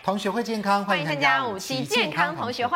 同学会健康， 欢迎参加5期健康同学会。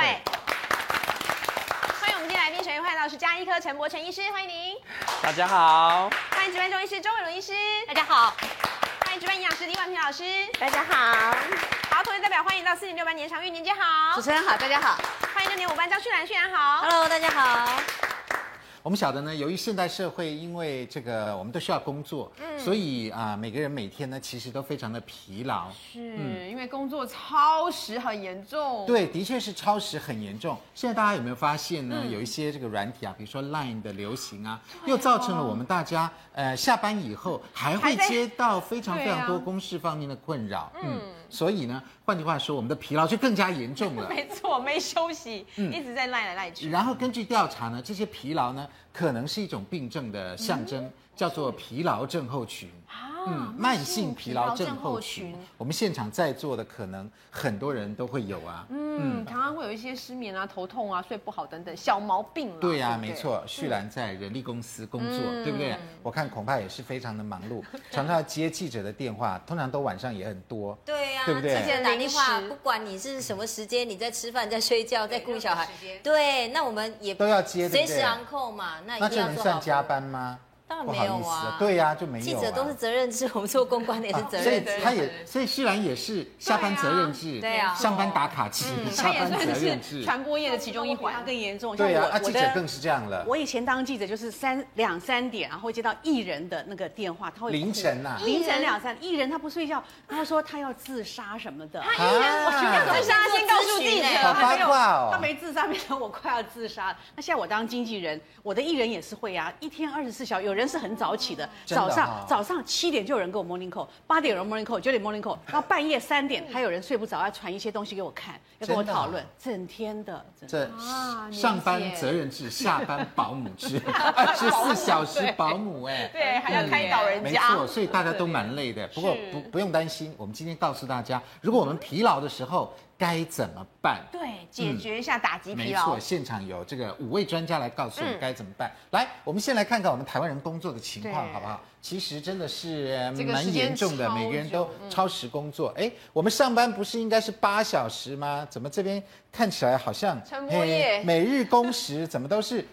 欢迎我们今天来宾，首先欢迎到是家医科陈柏成医师，欢迎您。 大家好。 欢迎值班中医师周伟伦医师， 大家好。 欢迎值班营养师李婉萍老师， 大家好。 好，同学代表欢迎到4.6班年长玉年姐好， 主持人好，大家好。 欢迎6.5班张旭兰，旭兰好 ，Hello， 大家好。 我们晓得呢，由于现代社会，因为这个我们都需要工作，所以每个人每天呢其实都非常的疲劳。 是、因为工作超时很严重。 对，的确是超时很严重。现在大家有没有发现呢？有一些这个软体啊，比如说 Line 的流行啊，又造成了我们大家下班以后还会接到非常非常多公事方面的困扰。所以呢，换句话说，我们的疲劳就更加严重了。 没错，没休息，一直在赖来赖去。 然后根据调查呢，这些疲劳呢，可能是一种病症的象征，叫做疲劳症候群。慢性疲劳症候群，我们现场在座的可能很多人都会有啊。 常常会有一些失眠啊、头痛啊、睡不好等等小毛病啦。 对啊，没错。旭兰在人力公司工作，对不对？我看恐怕也是非常的忙碌，常常要接记者的电话，通常都晚上也很多。 对啊， 对不对？ 记者打电话，不管你是什么时间，你在吃饭、在睡觉、在顾小孩，对，那我们也都要接， 随时昂扣嘛。 那这能算加班吗？ 当然没有啊， 对呀，就没有。 记者都是责任制，我们做公关的也是责任制。 所以旭兰也是下班责任制， 对啊， 上班打卡制，下班责任制， 传播业的其中一环， 它更严重。 对啊，记者更是这样了。 我以前当记者就是2、3点，然后会接到艺人的那个电话，他会凌晨呐， 凌晨2、3，艺人他不睡觉，然后说他要自杀什么的。 他艺人，我需要自杀，先告诉记者， 好八卦哦。 他没自杀，变成我快要自杀了。那现在我当经纪人，我的艺人也是会啊，一天24小时，有人是很早起的，早上7点就有人给我 morning call，8点有人 morning call，9点 morning call， 然后半夜3点还有人睡不着，要传一些东西给我看，要跟我讨论，整天的。 这上班责任制，下班保姆制，24小时保姆对，还要开导人家， 没错，所以大家都蛮累的。不过不用担心，我们今天告诉大家，如果我们疲劳的时候该怎么办？ 对，解决一下打击疲劳。 没错，现场有这个5位专家来告诉我们该怎么办。来，我们先来看看我们台湾人工作的情况，好不好？其实真的是蛮严重的，每个人都超时工作。我们上班不是应该是8小时吗？怎么这边看起来好像每日工时怎么都是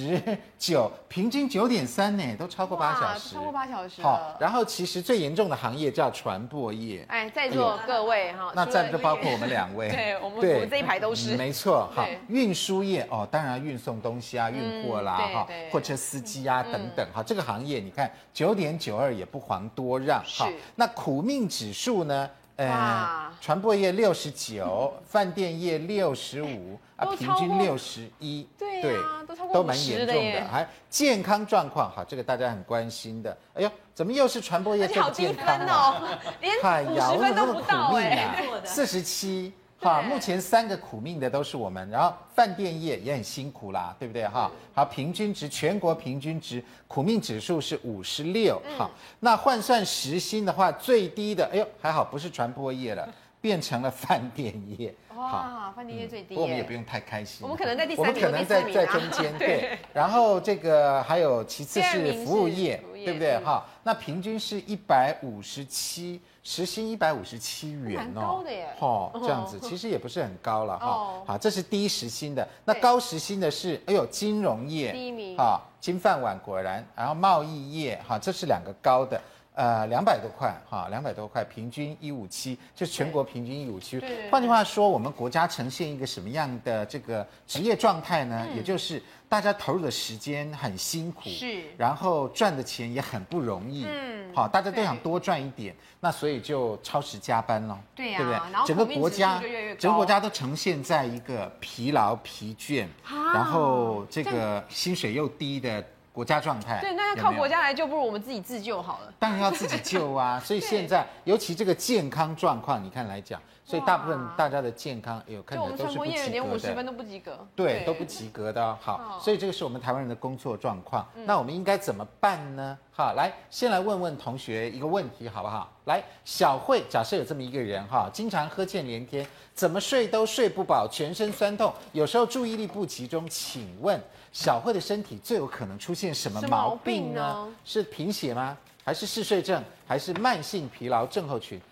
19，平均9.3呢，都超过8小时， 超过8小时。 好，然后其实最严重的行业叫传播业。 在座各位哈， 那在就包括我们2位， 对，我们这一排都是， 没错。好，运输业当然运送东西啊，运货啦，货车司机啊等等，好，这个行业你看9.92也不遑多让。好，那苦命指数呢？传播业69，饭店业65平均61， 对， 都蛮严重的。还健康状况，好，这个大家很关心的。哎呦，怎么又是传播业这么健康啊？连50分都不到 47。好，目前3个苦命的都是我们，然后饭店业也很辛苦啦，对不对哈？好，平均值全国平均值苦命指数是56。好，那换算时薪的话，最低的，哎呦，还好不是传播业了，变成了饭店业。 哇，饭店业最低。 不过我们也不用太开心， 我们可能在第3名， 我们可能在中间。对，然后这个还有其次是服务业，对不对哈？那平均是157。时薪157元蛮高的耶。 这样子其实也不是很高了哈。好，这是低时薪的。那高时薪的是，金融业第1名。 金饭碗果然，然后贸易业，这是2个高的。200多块200多块，平均157，就是全国平均157。换句话说，我们国家呈现一个什么样的这个职业状态呢？也就是大家投入的时间很辛苦，然后赚的钱也很不容易。大家都想多赚一点，那所以就超时加班了，对不对？整个国家都呈现在一个疲劳、疲倦，然后这个薪水又低的国家状态。 对，那要靠国家来救，不如我们自己自救好了。 当然要自己救啊！所以现在，尤其这个健康状况，你看来讲，所以大部分大家的健康，看起来都是不及格的。 连50分都不及格。 对，都不及格的。好，所以这个是我们台湾人的工作状况。那我们应该怎么办呢？好，来，先来问问同学一个问题，好不好？来，小慧，假设有这么一个人经常呵欠连天，怎么睡都睡不饱，全身酸痛，有时候注意力不集中，请问小慧的身体最有可能出现什么毛病呢？是贫血吗？还是嗜睡症？还是慢性疲劳症候群？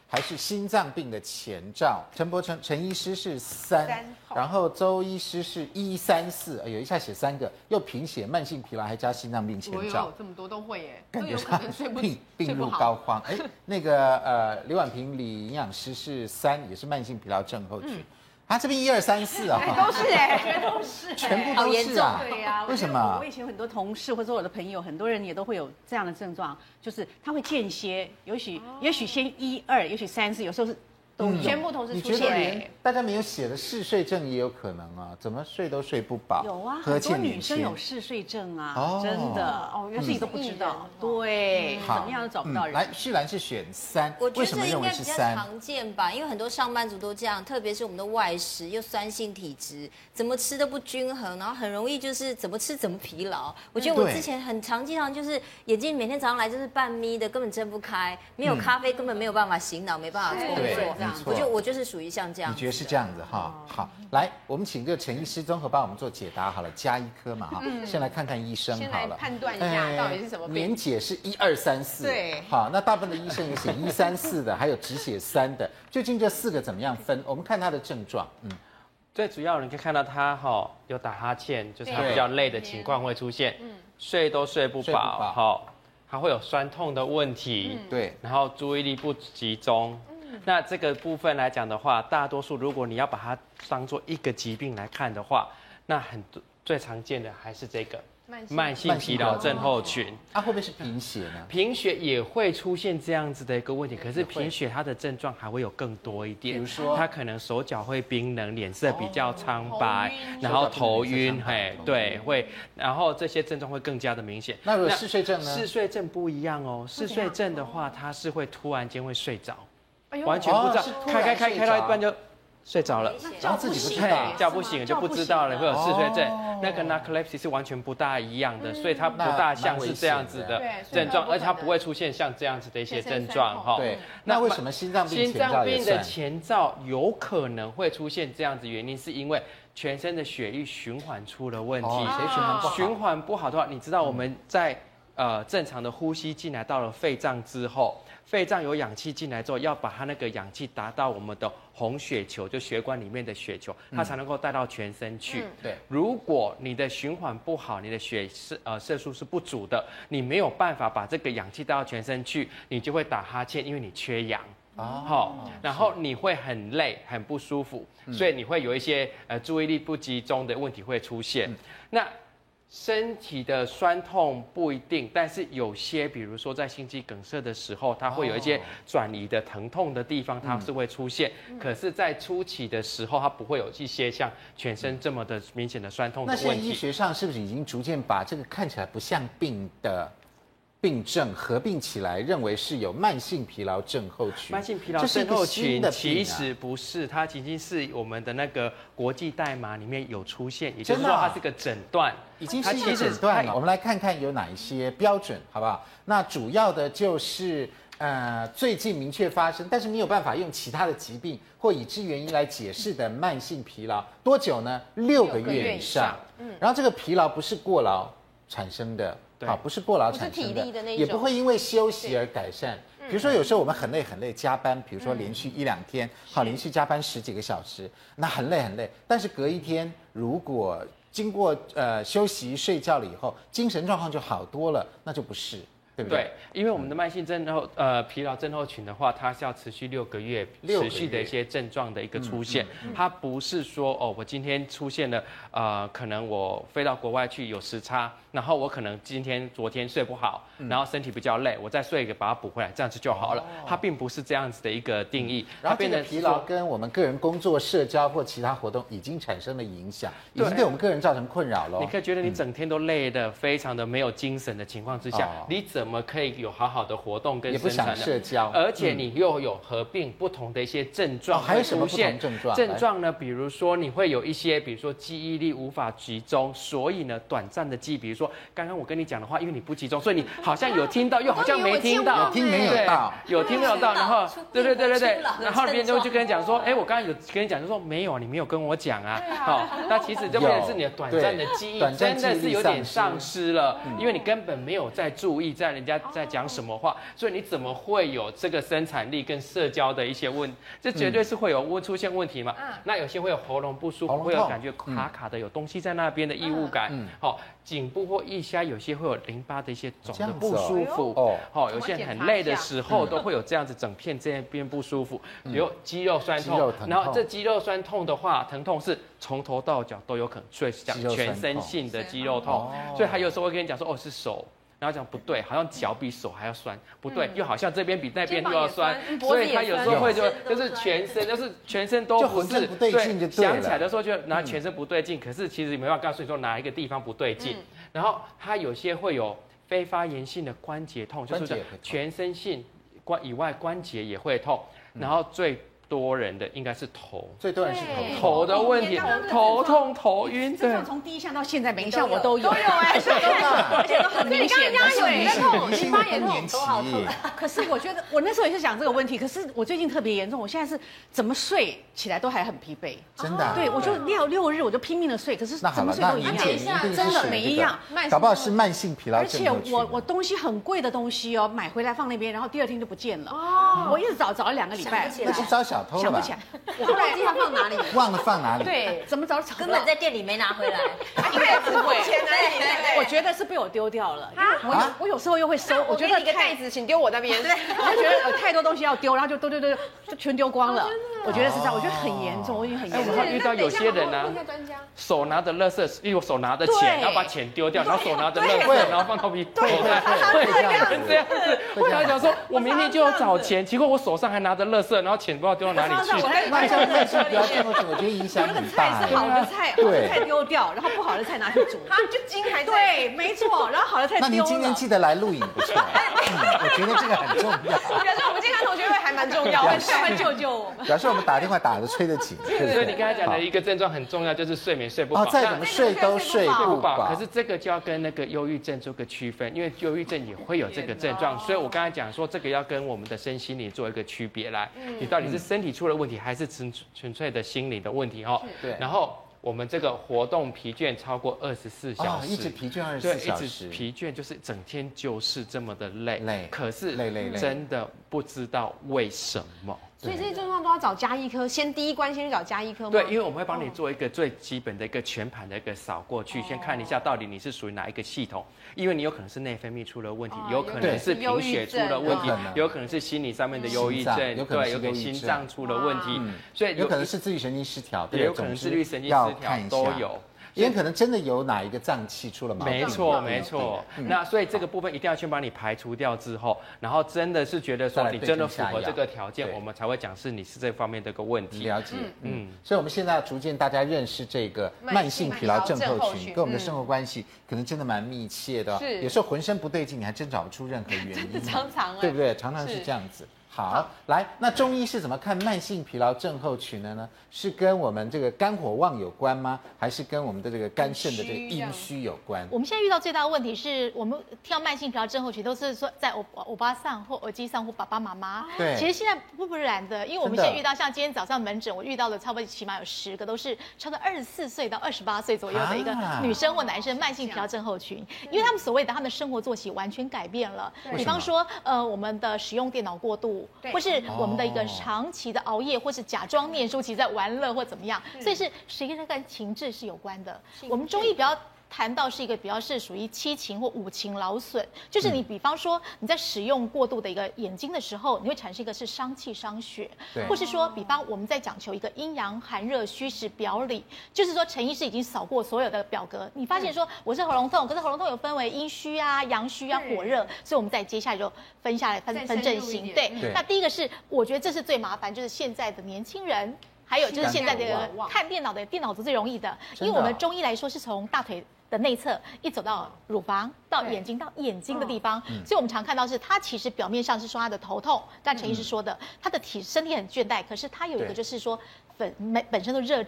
还是心脏病的前兆？陈医师是3，然后周医师是134，有一下写3个，又贫血、慢性疲劳，还加心脏病前兆， 这么多都会耶， 感觉都有可能病入膏肓。哎，那个刘婉萍李营养师是3，也是慢性疲劳症候群。啊，这边1、2、3、4啊， 都是哎， 全部都是啊。 对呀， 为什么？ 我以前很多同事或者我的朋友，很多人也都会有这样的症状，就是他会间歇，也许先1、2，也许3、4，有时候是都全部同时出你觉得连现。 大家没有写的嗜睡症也有可能啊？怎么睡都睡不饱？ 有啊， 很多女生有嗜睡症啊，真的哦， 自己都不知道，对，怎么样都找不到人。 来，旭兰是选3， 我觉得这为什么认为是应该比较 3？ 常见吧，因为很多上班族都这样，特别是我们的外食又酸性体质，怎么吃都不均衡，然后很容易就是怎么吃怎么疲劳。我觉得我之前很常经常就是眼睛每天早上来就是半眯的，根本睁不开，没有咖啡根本没有办法醒脑，没办法工作。我就是属于像这样。 你觉得是这样子哈？好，来，我们请个陈医师综合帮我们做解答好了，加1颗嘛哈。先来看看医生好了， 判断一下到底是什么病。 年检是1、2、3、4， 对， 好，那大部分的医生也写1、3、4的，还有只写3的，究竟这4个怎么样分？我们看他的症状， 最主要你可以看到他有打哈欠，就是他比较累的情况会出现，睡都睡不饱，他会有酸痛的问题， 对， 然后注意力不集中。那这个部分来讲的话，大多数如果你要把它当做一个疾病来看的话，那最常见的还是这个慢性疲劳症候群。 会不会是贫血呢？ 贫血也会出现这样子的一个问题，可是贫血它的症状还会有更多一点，比如说它可能手脚会冰冷，脸色比较苍白，然后头晕，对，会，然后这些症状会更加的明显。 那如果嗜睡症呢？ 嗜睡症不一样哦，嗜睡症的话，它是会突然间会睡着。完全不知道，开到一半就睡着了， 然后自己不知道， 叫不醒就不知道了，会有嗜睡症。那跟 narcolepsy 是完全不大一样的，所以它不大像是这样子的症状，而且它不会出现像这样子的一些症状哈。 对，那为什么心脏病的前兆有可能会出现这样子？原因是因为全身的血液循环出了问题。循环不好的话，你知道我们在正常的呼吸进来到了肺脏之后。肺脏有氧气进来之后，要把它那个氧气达到我们的红血球，就血管里面的血球，它才能够带到全身去。 对， 如果你的循环不好，你的色素是不足的，你没有办法把这个氧气带到全身去，你就会打哈欠，因为你缺氧。然后你会很累、很不舒服，所以你会有一些注意力不集中的问题会出现。那身体的酸痛不一定，但是有些，比如说在心肌梗塞的时候，它会有一些转移的疼痛的地方，它是会出现。可是，在初期的时候，它不会有一些像全身这么的明显的酸痛的问题。 那现在医学上是不是已经逐渐把这个看起来不像病的病症合并起来，认为是有慢性疲劳症候群？ 慢性疲劳症候群其实不是，它仅仅是我们的那个国际代码里面有出现，也就是说它是个诊断。 已经是一个诊断了，我们来看看有哪一些标准，好不好？那主要的就是最近明确发生，但是没有办法用其他的疾病或已知原因来解释的慢性疲劳，多久呢？6个月以上。然后这个疲劳不是过劳产生的，不是过劳产生的，也不会因为休息而改善。比如说有时候我们很累加班，比如说连续1、2天，连续加班10几个小时，那很累，但是隔一天如果经过休息睡觉了以后，精神状况就好多了，那就不是，对不对？ 对，因为我们的慢性疲劳症候群的话，它是要持续6个月持续的一些症状的一个出现，它不是说我今天出现了可能我飞到国外去有时差，然后我可能昨天睡不好，然后身体比较累，我再睡一个把它补回来，这样子就好了。它并不是这样子的一个定义。 然后这个疲劳跟我们个人工作、社交或其他活动已经产生了影响，已经对我们个人造成困扰了。 你可以觉得你整天都累得非常的没有精神的情况之下，你怎么可以有好好的活动跟生产也不想社交， 而且你又有合并不同的一些症状， 还有什么不同症状？ 症状呢？比如说你会有一些，比如说记忆力无法集中，所以呢短暂的记忆，比如说刚刚我跟你讲的话，因为你不集中，所以你好像有听到，又好像没听到， 有听没有到， 有听没有到，然后对，然后别人就跟你讲说，我刚刚有跟你讲，就说没有，你没有跟我讲啊，那其实就变成是你的短暂的记忆真的是有点丧失了，因为你根本没有在注意在人家在讲什么话，所以你怎么会有这个生产力跟社交的一些这绝对是会有出现问题嘛。那有些会有喉咙不舒服，会有感觉卡卡的，有东西在那边的异物感。好，颈部或腋下有些会有淋巴的一些肿的不舒服。好，有些人很累的时候都会有这样子，整片这边不舒服，比如肌肉酸痛，然后这肌肉酸痛的话，疼痛是从头到脚都有可能，所以是讲全身性的肌肉痛。所以他有时候会跟你讲说，是手。然后讲不对，好像脚比手还要酸，不对，又好像这边比那边又要酸，所以他有时候会就是全身都不是， 对， 想起来的时候就拿全身不对劲，可是其实没办法告诉你说哪一个地方不对劲。然后他有些会有非发炎性的关节痛，就是全身性以外关节也会痛，然后最多人的应该是头， 最多人是头的问题，头痛、头晕。 对，从第一项到现在每一项我都有， 而且都很明显。你刚刚有在痛，淋巴也痛， 都好痛。 可是我觉得我那时候也是讲这个问题，可是我最近特别严重，我现在是怎么睡起来都还很疲惫。 真的？ 对，我就6日我就拼命的睡，可是怎么睡都一样， 真的每一样。 搞不好是慢性疲劳症候群。 而且我东西很贵的东西哦，买回来放那边，然后第2天就不见了。哦，我一直找了2个礼拜， 那是招小偷了吧？ 想不起来。 我后来记得放哪里， 忘了放哪里。 对，怎么找根本在店里没拿回来， 因为不会。 我觉得是被我丢掉了。我有时候又会收， 我觉得一个袋子，请丢我那边。 我就觉得有太多东西要丢，然后就丢，就全丢光了。我觉得是这样，我觉得很严重，我已经很严重。 我们遇到有些人呢，手拿着垃圾，例如手拿着钱，然后把钱丢掉，然后手拿着垃圾，然后放到口袋，会这样子。我想讲说，我明明就有找钱，结果我手上还拿着垃圾，然后钱不知道丢到哪里去。 慢性疲劳症候群，我觉得影响很大。 那个菜是好的菜，好的菜丢掉，然后不好的菜拿去煮， 就筋还在。 对，没错，然后好的菜丢了。 那您今天记得来录影不错，我觉得这个很重要。 表示我们健康同学会还蛮重要， 快救救我们。 表示我们打电话打得催得紧。 所以你刚才讲的一个症状很重要，就是睡眠睡不饱。 再怎么睡都睡不饱。 可是这个就要跟那个忧郁症做个区分，因为忧郁症也会有这个症状，所以我刚才讲说这个要跟我们的身心灵做一个区别来。你到底是身体出了问题，还是纯粹的心理的问题？哈， 对。 然后我们这个活动疲倦超过24小时， 一直疲倦24小时， 一直疲倦就是整天就是这么的累，可是累真的不知道为什么。 所以这些症状都要找家医科，先第一关先去找家医科吗？ 对，因为我们会帮你做一个最基本的一个全盘的一个扫过去，先看一下到底你是属于哪一个系统，因为你有可能是内分泌出了问题，有可能是贫血出了问题，有可能是心理上面的忧郁症，对，有可能心脏出了问题，所以有可能是自律神经失调， 也有可能自律神经失调都有。 也可能真的有哪一个脏器出了毛病。 没错。那所以这个部分一定要先把你排除掉之后，然后真的是觉得说你真的符合这个条件，我们才会讲是你是这方面的一个问题。 了解，所以我们现在要逐渐大家认识这个慢性疲劳症候群，跟我们的生活关系可能真的蛮密切的。有时候浑身不对劲，你还真找不出任何原因，对不对？常常是这样子。好，来，那中医是怎么看慢性疲劳症候群的呢？是跟我们这个肝火旺有关吗？还是跟我们的这个肝肾的这个阴虚有关？ 我们现在遇到最大的问题是我们听到慢性疲劳症候群都是说在欧巴桑或耳机上或爸爸妈妈。 对， 其实现在不然的，因为我们现在遇到像今天早上门诊，我遇到的差不多起码有10个都是差不多24岁到28岁左右的一个女生或男生慢性疲劳症候群，因为他们所谓的他们的生活作息完全改变了，比方说我们的使用电脑过度。或是我们的一个长期的熬夜，或是假装念书，其实在玩乐或怎么样，所以是实际上跟情志是有关的。我们中医比较谈到是一个比较是属于7情或5情劳损，就是你比方说你在使用过度的一个眼睛的时候，你会产生一个是伤气伤血，或是说比方我们在讲求一个阴阳寒热虚实表里，就是说陈医师已经扫过所有的表格，你发现说我是喉咙痛，可是喉咙痛有分为阴虚啊、阳虚啊、火热，所以我们再接下来就分下来分阵型。对，那第一个是我觉得这是最麻烦，就是现在的年轻人。还有就是现在的看电脑的电脑是最容易的，因为我们中医来说是从大腿的内侧一走到乳房到眼睛到眼睛的地方，所以我们常看到是他其实表面上是说他的头痛，但陈医师说的他的身体很倦怠，可是他有一个就是说本身的热症。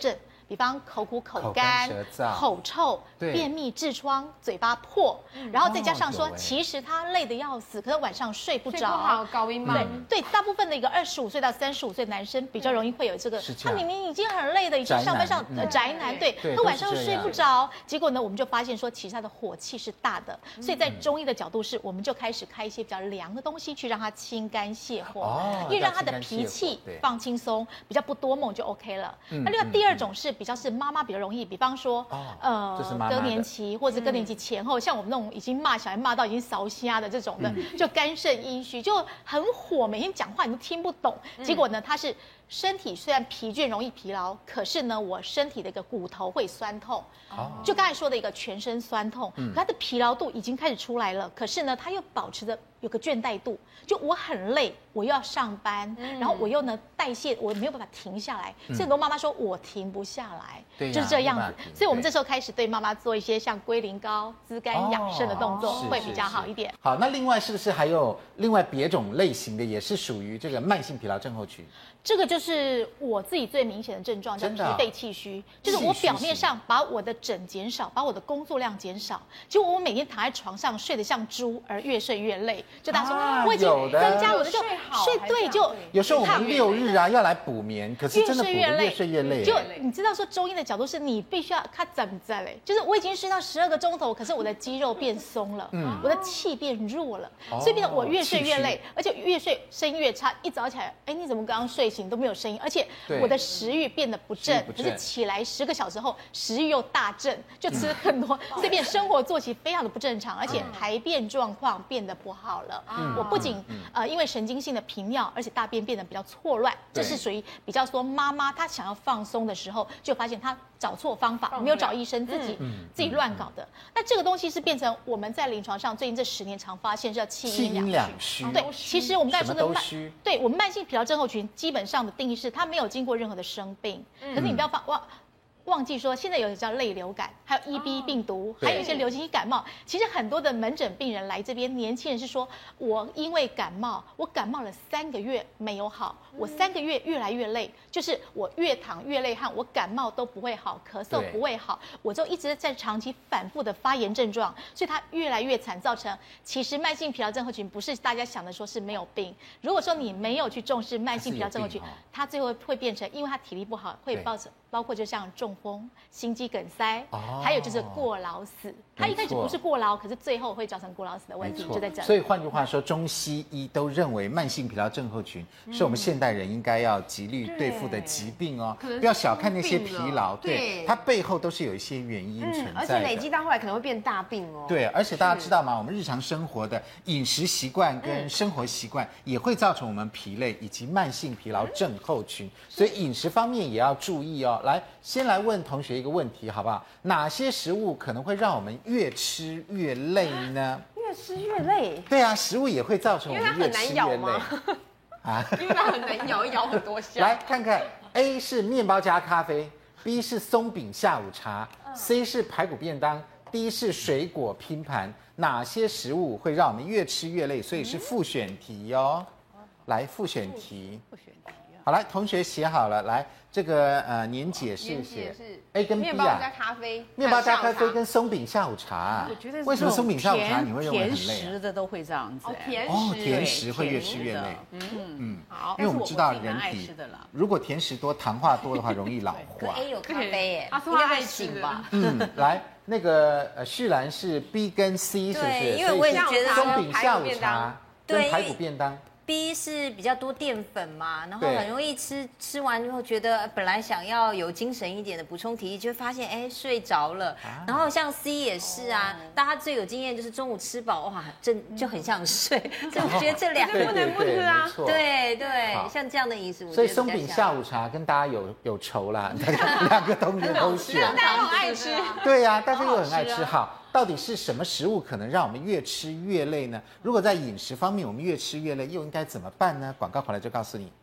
比方口苦、口干干、 舌燥口臭、 对便秘、痔疮、嘴巴破，然后再加上说有， 其实他累得要死，可是晚上睡不睡不好， 着。 高音嘛。 对，大部分的一个25岁到35岁男生比较容易会有这个是，这样他明明已经很累了，已经上班上宅男，对， 对他晚上都是这样睡不着，结果呢，我们就发现说，其实他的火气是大的，所以在中医的角度是，我们就开始开一些比较凉的东西去让他清肝泻火，因为让他的脾气放轻松，比较不多梦就 OK 了。那另外第二种是比较是妈妈比较容易，比方说更年期或者更年期前后，像我们那种已经骂小孩骂到已经烧瞎的这种的，就肝肾阴虚，就很火，每天讲话你都听不懂。结果呢，他是身体虽然疲倦容易疲劳，可是呢，我身体的一个骨头会酸痛，就刚才说的一个全身酸痛，可他的疲劳度已经开始出来了，可是呢，他又保持着有个倦怠度，就我很累，我又要上班，然后我又呢代谢我没有办法停下来，所以很多妈妈说我停不下来，就是这样子。所以我们这时候开始对妈妈做一些像龟苓膏、滋肝养肾的动作，会比较好一点。 好，那另外是不是还有另外别种类型的，也是属于这个慢性疲劳症候群？ 这个就是我自己最明显的症状，叫疲惫气虚，就是我表面上把我的疹减少，把我的工作量减少，结果我每天躺在床上睡得像猪，而越睡越累。就大家说我已经增加我的就睡对，就有时候我们6日啊要来补眠，可是真的补得越睡越累。 就你知道说中医的角度是你必须要看怎么在嘞，就是我已经睡到12个钟头，可是我的肌肉变松了，我的气变弱了，所以变得我越睡越累，而且越睡声音越差。一早起来，哎，你怎么刚刚睡醒都没有声音？而且我的食欲变得不振，可是起来10个小时后食欲又大振，就吃很多，所以变生活作息非常的不正常，而且排便状况变得不好了。我不仅因为神经性的频尿，而且大便变得比较错乱，这是属于比较说妈妈她想要放松的时候，就发现她找错方法，没有找医生，自己乱搞的。那这个东西是变成我们在临床上最近这10年常发现是叫气阴两虚。对，其实我们刚才说的我们慢性疲劳症候群基本上的定义是它没有经过任何的生病，可是你不要忘记说，现在有叫类流感，还有 EB 病毒，还有一些流行性感冒。其实很多的门诊病人来这边，年轻人是说，我因为感冒，我感冒了3个月没有好，我3个月越来越累，就是我越躺越累汗，我感冒都不会好，咳嗽不会好，我就一直在长期反复的发炎症状，所以它越来越惨，造成其实慢性疲劳症候群不是大家想的说是没有病。如果说你没有去重视慢性疲劳症候群，它最后会变成，因为它体力不好，会包括就像中风、心肌梗塞，还有就是过劳死。它一开始不是过劳，可是最后会造成过劳死的问题，就在这里。 所以换句话说，中西医都认为慢性疲劳症候群是我们现代人应该要极力对付的疾病哦，不要小看那些疲劳，对，它背后都是有一些原因存在的， 而且累积到后来可能会变大病哦。 对，而且大家知道吗？我们日常生活的饮食习惯跟生活习惯也会造成我们疲累以及慢性疲劳症候群，所以饮食方面也要注意哦。来，先来问同学一个问题好不好？哪些食物可能会让我们越吃越累呢？ 越吃越累？ 对啊，食物也会造成我们越吃越累啊，因为它很难咬，咬很多下。 来看看 ，A 是面包加咖啡 ，B 是松饼下午茶 ，C 是排骨便当 ，D 是水果拼盘。哪些食物会让我们越吃越累？所以是复选题哦。来，复选题。好，来，同学写好了，来。这个年姐是写 A 跟 B 啊， 面包加咖啡， 面包加咖啡跟松饼下午茶。 我觉得为什么松饼下午茶你会认为很累？ 甜食的都会这样子。 甜食会越吃越累。好，因为我们知道人体如果甜食多、糖化多的话，容易老化。 A 有咖啡耶， 应该会醒吧？ 来，那个旭兰是 B 跟 C 是不是？ 因为我也觉得松饼下午茶跟排骨便当。 B 是比较多淀粉嘛，然后很容易吃完之后觉得本来想要有精神一点的补充体力，就会发现睡着了。然后像 C 也是啊，大家最有经验就是中午吃饱哇，就很想睡，所以我觉得这两个不能不吃啊。 对，像这样的饮食， 所以松饼下午茶跟大家有仇啦，两个同学都选， 大家都很爱吃。 对呀，大家又很爱吃。好。到底是什么食物可能让我们越吃越累呢？如果在饮食方面我们越吃越累，又应该怎么办呢？广告回来就告诉你。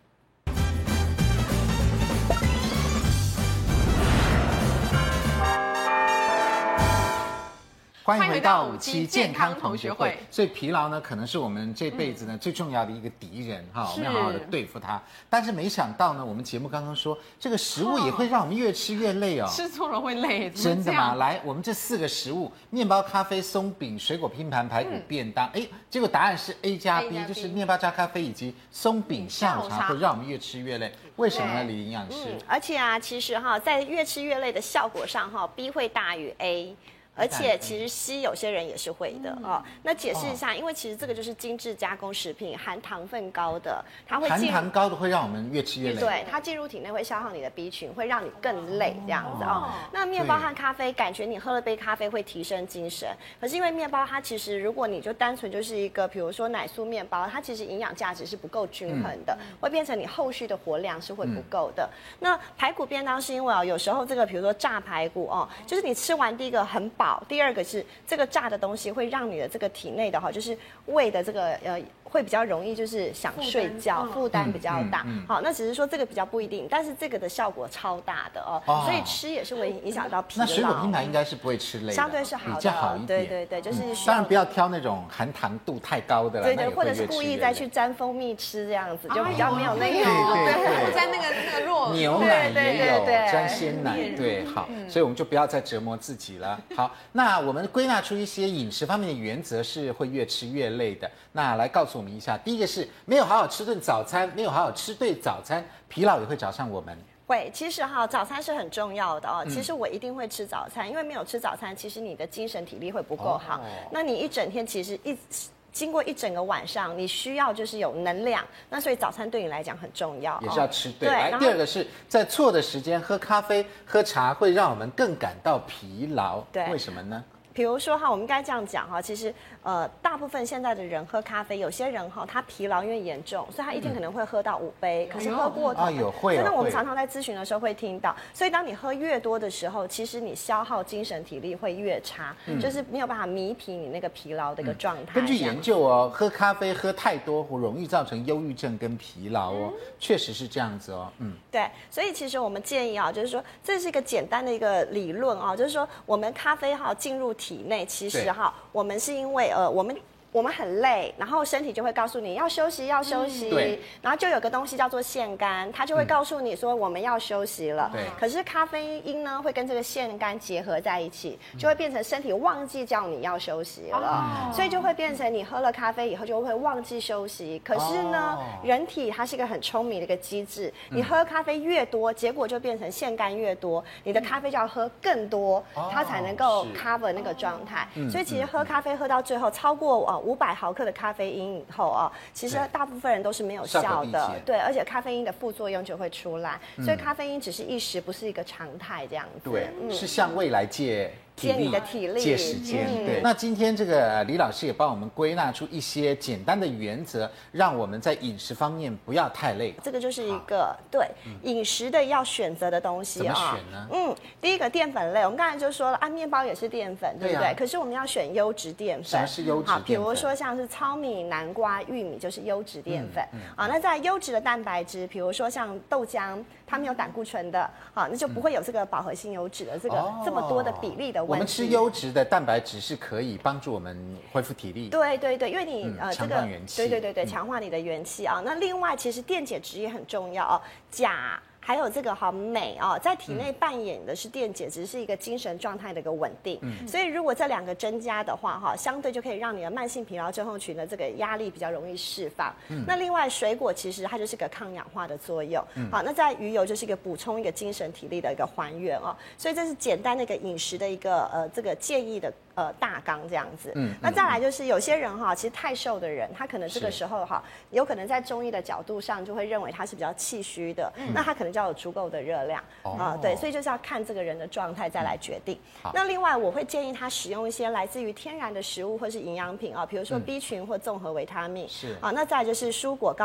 欢迎回到57健康同学会。所以疲劳呢，可能是我们这辈子呢最重要的一个敌人哈，我们要好好的对付它。但是没想到呢，我们节目刚刚说，这个食物也会让我们越吃越累哦。 吃错了会累， 真的吗？来，我们这4个食物：面包、咖啡、松饼、水果拼盘、排骨便当。哎，结果答案是 A 加 B， 就是面包加咖啡以及松饼下午茶会让我们越吃越累。为什么呢，李营养师？ 而且啊，其实在越吃越累的效果上，B 会大于 A。而且其实C有些人也是会的哦。那解释一下，因为其实这个就是精致加工食品，含糖分高的，它会含糖高的会让我们越吃越累。 对，它进入体内会消耗你的 B 群，会让你更累这样子哦。那面包和咖啡，感觉你喝了杯咖啡会提升精神，可是因为面包它其实如果你就单纯就是一个，比如说奶酥面包，它其实营养价值是不够均衡的，会变成你后续的活量是会不够的。那排骨便当是因为有时候这个比如说炸排骨就是你吃完第一个很饱。第二个是这个炸的东西会让你的这个体内的就是胃的这个会比较容易就是想睡觉，负担比较大。好，那只是说这个比较不一定，但是这个的效果超大的所以吃也是会影响到疲劳。 那水果拼盘应该是不会吃累的， 相对是好的， 比较好一点。 对对对，就是当然不要挑那种含糖度太高的了， 对对，或者是故意再去沾蜂蜜吃这样子，就比较没有那个对， 沾那个肉牛奶也有，沾鲜奶，对，好，所以我们就不要再折磨自己了。好，那我们归纳出一些饮食方面的原则是会越吃越累的。那来告诉我们一下，第一个是没有好好吃顿早餐，没有好好吃对早餐，疲劳也会找上我们。 会，其实早餐是很重要的其实我一定会吃早餐，因为没有吃早餐，其实你的精神体力会不够好。那你一整天其实经过一整个晚上，你需要就是有能量，那所以早餐对你来讲很重要， 也是要吃对。来，第二个是在错的时间喝咖啡、喝茶，会让我们更感到疲劳。对，为什么呢？ 比如说我们应该这样讲其实大部分现在的人喝咖啡，有些人他疲劳因为严重，所以他一天可能会喝到5杯，可是喝过头真的我们常常在咨询的时候会听到，所以当你喝越多的时候，其实你消耗精神体力会越差，就是没有办法弥平你那个疲劳的一个状态。 根据研究喝咖啡喝太多容易造成忧郁症跟疲劳确实是这样子对，所以其实我们建议就是说这是一个简单的一个理论就是说我们咖啡进入体内，其实我们是因为我们很累，然后身体就会告诉你要休息，要休息。对。然后就有个东西叫做腺苷，它就会告诉你说我们要休息了。对。可是咖啡因呢会跟这个腺苷结合在一起，就会变成身体忘记叫你要休息了，所以就会变成你喝了咖啡以后就会忘记休息。可是呢，人体它是一个很聪明的一个机制，你喝咖啡越多，结果就变成腺苷越多，你的咖啡就要喝更多，它才能够 cover 那个状态。所以其实喝咖啡喝到最后超过500毫克的咖啡因以后其实大部分人都是没有效的，对，而且咖啡因的副作用就会出来，所以咖啡因只是一时，不是一个常态这样子。 对，是向未来借你的体力， 借时间。对，那今天这个李老师也帮我们归纳出一些简单的原则，让我们在饮食方面不要太累。 这个就是一个对饮食的要选择的东西怎么选呢？ 第一个淀粉类，我们刚才就说了面包也是淀粉，对不对？可是我们要选优质淀粉。 什么是优质淀粉？ 比如说像是糙米、南瓜、玉米就是优质淀粉。那在优质的蛋白质，比如说像豆浆，它没有胆固醇的，那就不会有这个饱和性油脂的这个这么多的比例的问题。 我们吃优质的蛋白质是可以帮助我们恢复体力。 对对对，因为你强化元气。 对，强化你的元气那另外其实电解质也很重要钾。还有这个镁在体内扮演的是电解质，是一个精神状态的一个稳定。所以如果这2个增加的话相对就可以让你的慢性疲劳症候群的这个压力比较容易释放。那另外水果其实它就是个抗氧化的作用。那在鱼油就是一个补充一个精神体力的一个还原所以这是简单的一个饮食的一个这个建议的大纲这样子。那再来就是有些人其实太瘦的人，他可能这个时候有可能在中医的角度上就会认为他是比较气虚的，那他可能就要有足够的热量对，所以就是要看这个人的状态再来决定。那另外我会建议他使用一些来自于天然的食物或是营养品比如说 B 群或综合维他命。是那再来就是蔬果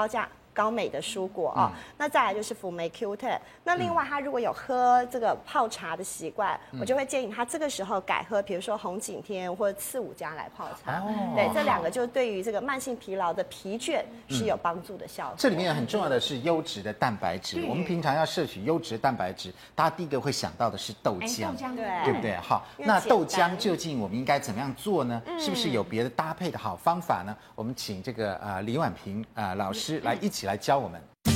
高镁的蔬果哦。那再来就是辅酶 Q10。那另外他如果有喝这个泡茶的习惯，我就会建议他这个时候改喝，比如说红景天或者刺五加来泡茶。对，这2个就对于这个慢性疲劳的疲倦是有帮助的效果。 这里面很重要的是优质的蛋白质。我们平常要摄取优质蛋白质，大家第一个会想到的是豆浆，对不对？好，那豆浆究竟我们应该怎么样做呢？是不是有别的搭配的好方法呢？我们请这个李婉萍老师来一起来教我们。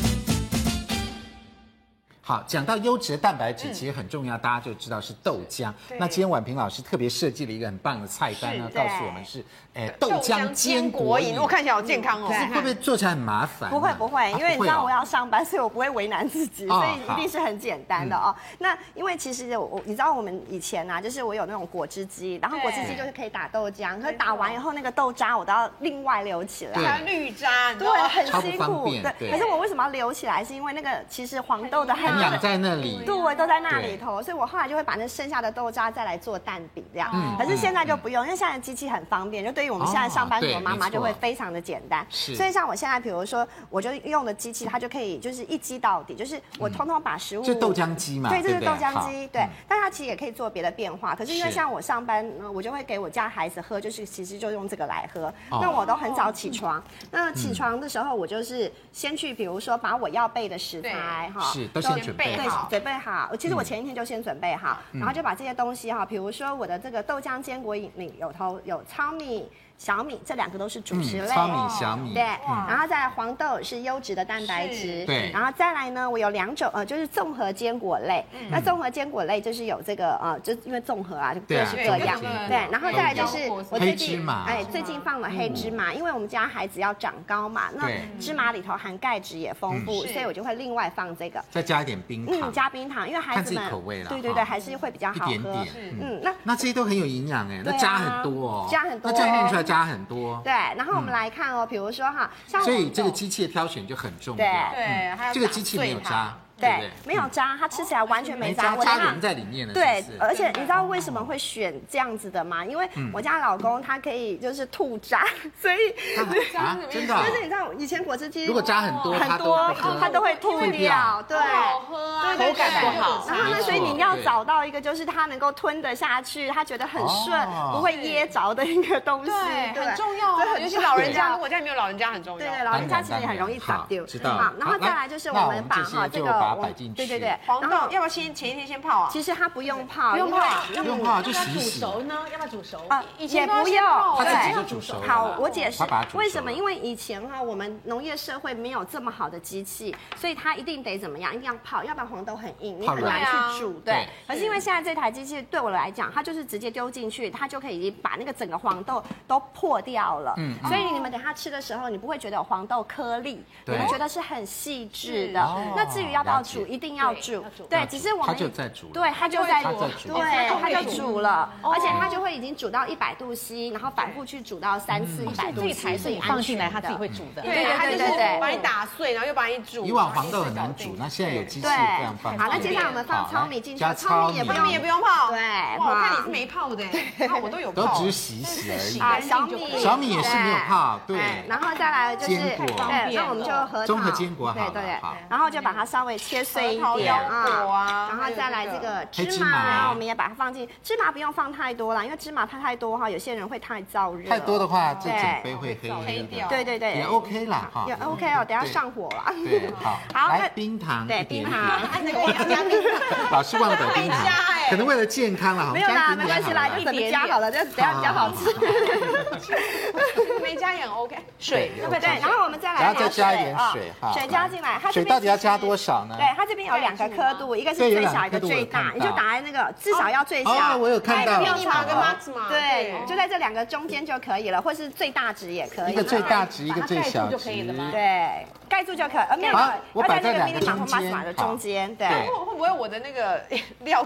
好，讲到优质的蛋白质，其实很重要，大家就知道是豆浆。那今天婉萍老师特别设计了一个很棒的菜单呢，告诉我们是豆浆坚果饮。 我看起来好健康哦。 可是会不会做起来很麻烦？ 不会，因为你知道我要上班，所以我不会为难自己，所以一定是很简单的哦。那因为其实你知道我们以前啊，就是我有那种果汁机，然后果汁机就是可以打豆浆，可是打完以后那个豆渣我都要另外留起来， 还有绿渣， 对，很辛苦。对，可是我为什么要留起来？是因为那个其实黄豆的营养在那里， 对，都在那里头，所以我后来就会把那剩下的豆渣再来做蛋饼这样。可是现在就不用，因为现在机器很方便，就对于我们现在上班族的妈妈就会非常的简单。所以像我现在，比如说，我就用的机器，它就可以就是一机到底，就是我通通把食物。 就豆浆机嘛。 对，这是豆浆机。对，但它其实也可以做别的变化。可是因为像我上班，我就会给我家孩子喝，就是其实就用这个来喝。那我都很早起床，那起床的时候，我就是先去，比如说把我要备的食材哈， 是都先准备好。 准备好，其实我前一天就先准备好，然后就把这些东西哈，比如说我的这个豆浆坚果饮里有糙米、小米，这2个都是主食类。 糙米、小米。 对，然后再来黄豆是优质的蛋白质。 对。 然后再来呢，我有2种就是综合坚果类。那综合坚果类就是有这个就因为综合啊，就各式各样。对。然后再来就是我最近最近放了黑芝麻，因为我们家孩子要长高嘛，那芝麻里头含钙质也丰富，所以我就会另外放这个。 再加一点冰糖。 加冰糖，因为孩子们口味啦。 对，还是会比较好喝。 一点点。那这些都很有营养哎，那加很多哦。 加很多。 那这样弄出来加很多。 对，然后我们来看哦，比如说哈，像所以这个机器的挑选就很重要。 对，还有这个机器没有渣。 对，没有渣，它吃起来完全没渣， 渣融在里面了。 对，而且你知道为什么会选这样子的吗？因为我家老公他可以就是吐渣，所以真的， 就是你知道以前果汁机如果渣很多他都会吐掉，对， 好喝啊，口感不好。 然后呢，所以你要找到一个就是他能够吞得下去，他觉得很顺，不会噎着的一个东西， 对，很重要啊，尤其老人家，如果家里没有老人家很重要。 对，老人家其实也很容易长丢。 知道。 然后再来就是我们把这个。对， 黄豆要不要前一天先泡啊？ 其实它不用泡， 不用泡就洗洗。 煮熟呢？要不要煮熟？ 也不用， 它自己就煮熟。 好，我解释为什么？因为以前哈，我们农业社会没有这么好的机器，所以它一定得怎么样？一定要泡，要不然黄豆很硬，你很难去煮。对。可是因为现在这台机器对我来讲，它就是直接丢进去，它就可以把那个整个黄豆都破掉了。所以你们等下吃的时候，你不会觉得有黄豆颗粒，你会觉得是很细致的。那至于要不要煮，一定要煮。对，只是我们它就在煮， 对，它就在煮，对，它就煮了，而且它就会已经煮到100度C，然后反复去煮到3次100度 C， 是你放进来，它自己会煮的。 对， 把你打碎，然后又把你煮。 以往黄豆很难煮，那现在有机器这样放。 好，那接下来我们放糙米进去， 糙米也不用泡。 对， 哇，我看你是没泡的，那我都有泡。 都只是洗洗而已。 啊， 小米也是没有泡，对。 然后再来就是坚果， 对，那我们就综合坚果， 对，然后就把它稍微切碎一点啊，然后再来这个芝麻，我们也把它放进。芝麻不用放太多啦，因为芝麻太多哈，有些人会太燥热。 太多的话，这整杯会黑掉。 对， 也 OK 啦，哈， 也 OK 哦，等下上火了。 对，好，来冰糖， 对，冰糖， 老师忘了等冰糖，可能为了健康了， 没有啦，没关系啦，就怎么加好了，就等下比较好吃。 没加也 OK， 水对，然后我们再来加一点水哈， 水加进来， 水到底要加多少呢？ 对，它这边有2个刻度，一个是最小，一个最大，你就打在那个至少要最小。 哦，我有看到。 mini 码跟 max 码。 对，就在这2个中间就可以了，或是最大值也可以。 一个最大值，一个最小值就可以了吗？ 对，盖住就可以。没有， 我摆在2个中间的中间。对。 会不会我的那个料太多，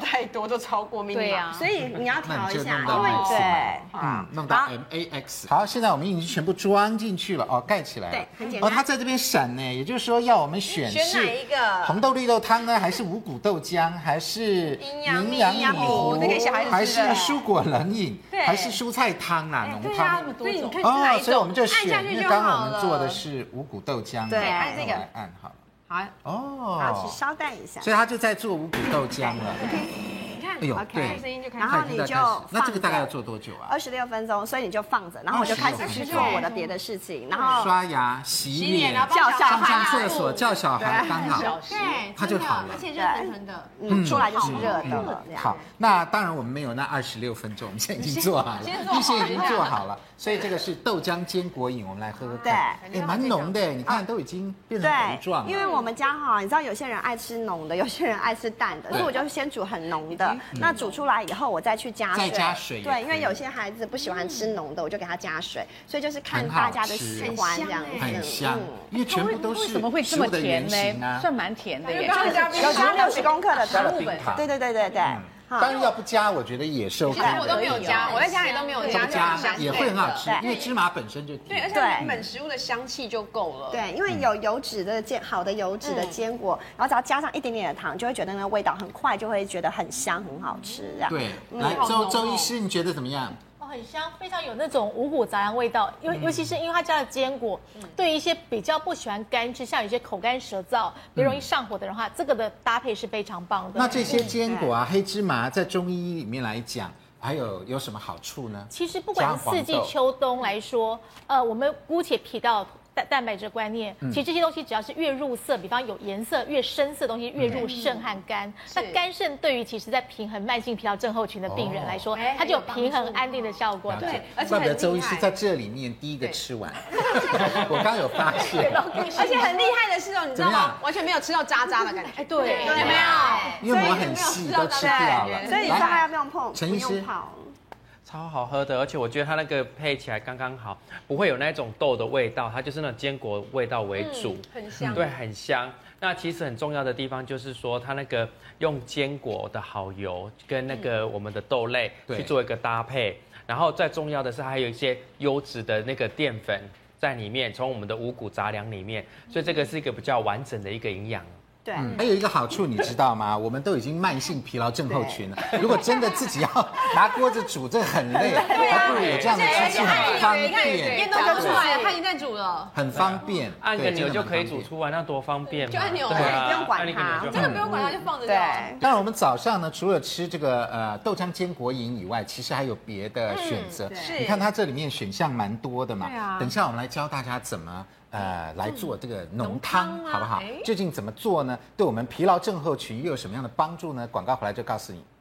都超过密码。 对呀， 所以你要调一下， 那你就弄到对， 弄到 MAX。好，现在我们已经全部装进去了哦，盖起来了。 对，很简单。 它在这边闪呢，也就是说要我们选哪一个？ 红豆绿豆汤呢，还是五谷豆浆，还是营养米糊，还是蔬果冷饮，还是蔬菜汤啦，浓汤。 所以你看哪一种， 所以我们就选，因为刚刚我们了做的是五谷豆浆， 对， 按这个， 按好了。 好哦， 好，去稍待一下。 所以他就在做五谷豆浆了。 你看， 哎呦， 对，声音就开始。 然后你就那这个大概要做多久啊 ？26分钟，所以你就放着，然后我就开始去做我的别的事情，然后刷牙、洗脸、 叫小孩上厕所、叫小孩，刚好， 对， 它就好了， 而且热腾腾的， 出来就是热的了。 好，那当然我们没有那26分钟，我们现在已经做好了，预先已经做好了，所以这个是豆浆坚果饮，我们来喝喝看。对，哎，蛮浓的，你看都已经变成糊状了。 因为我们家哈，你知道有些人爱吃浓的，有些人爱吃淡的，所以我就先煮很浓的。那煮出来以后，我再去加水。 再加水。 对，因为有些孩子不喜欢吃浓的，我就给他加水。所以就是看大家的喜欢这样子。 很香，因为全部都是为什么会这么甜呢？算蛮甜的耶。 有加60公克的糖，对。 当然要不加，我觉得也是 OK。 我都没有加，我在家里都没有加， 也会很好吃，因为芝麻本身就甜。 对，而且原本食物的香气就够了。 对，因为有油脂的好的油脂的坚果，然后只要加上一点点的糖，就会觉得那个味道很快就会觉得很香，很好吃。这样。 对，来周医师，你觉得怎么样？ 很香，非常有那种五谷杂粮味道，尤其是因为它加了坚果，对于一些比较不喜欢干吃，像有些口干舌燥、比较容易上火的人的话，这个的搭配是非常棒的。 那这些坚果啊，黑芝麻在中医里面来讲，还有什么好处呢？ 其实不管是四季秋冬来说，我们姑且提到蛋白质观念，其实这些东西只要是越入色，比方有颜色越深色的东西越入肾和肝。那肝肾对于其实在平衡慢性疲劳症候群的病人来说，它就有平衡安定的效果。 对，而且怪不得周医师在这里面第一个吃完，我刚有发现。 而且很厉害的是哦，你知道吗？完全没有吃到渣渣的感觉。哎，对，有没有？ 因为我很细，都吃掉了。 所以你说它要不用碰， 陈医师。 超好喝的，而且我觉得它那个配起来刚刚好，不会有那种豆的味道，它就是那种坚果味道为主， 很香， 对，很香。那其实很重要的地方就是说，它那个用坚果的好油跟那个我们的豆类去做一个搭配，然后最重要的是它还有一些优质的那个淀粉在里面，从我们的五谷杂粮里面，所以这个是一个比较完整的一个营养。 对， 还有一个好处你知道吗？我们都已经慢性疲劳症候群了，如果真的自己要拿锅子煮，这很累，还不如有这样的机器很方便。 电动就出来了，它已经在煮了， 很方便， 按个钮就可以煮出来，那多方便嘛！ 就按钮， 不用管它， 真的不用管它，就放着。 对。 当然我们早上呢，除了吃这个豆浆坚果饮以外，其实还有别的选择。你看它这里面选项蛮多的嘛。对啊。等一下我们来教大家怎么。来做这个浓汤，好不好？究竟怎么做呢？对我们疲劳症候群又有什么样的帮助呢？广告回来就告诉你。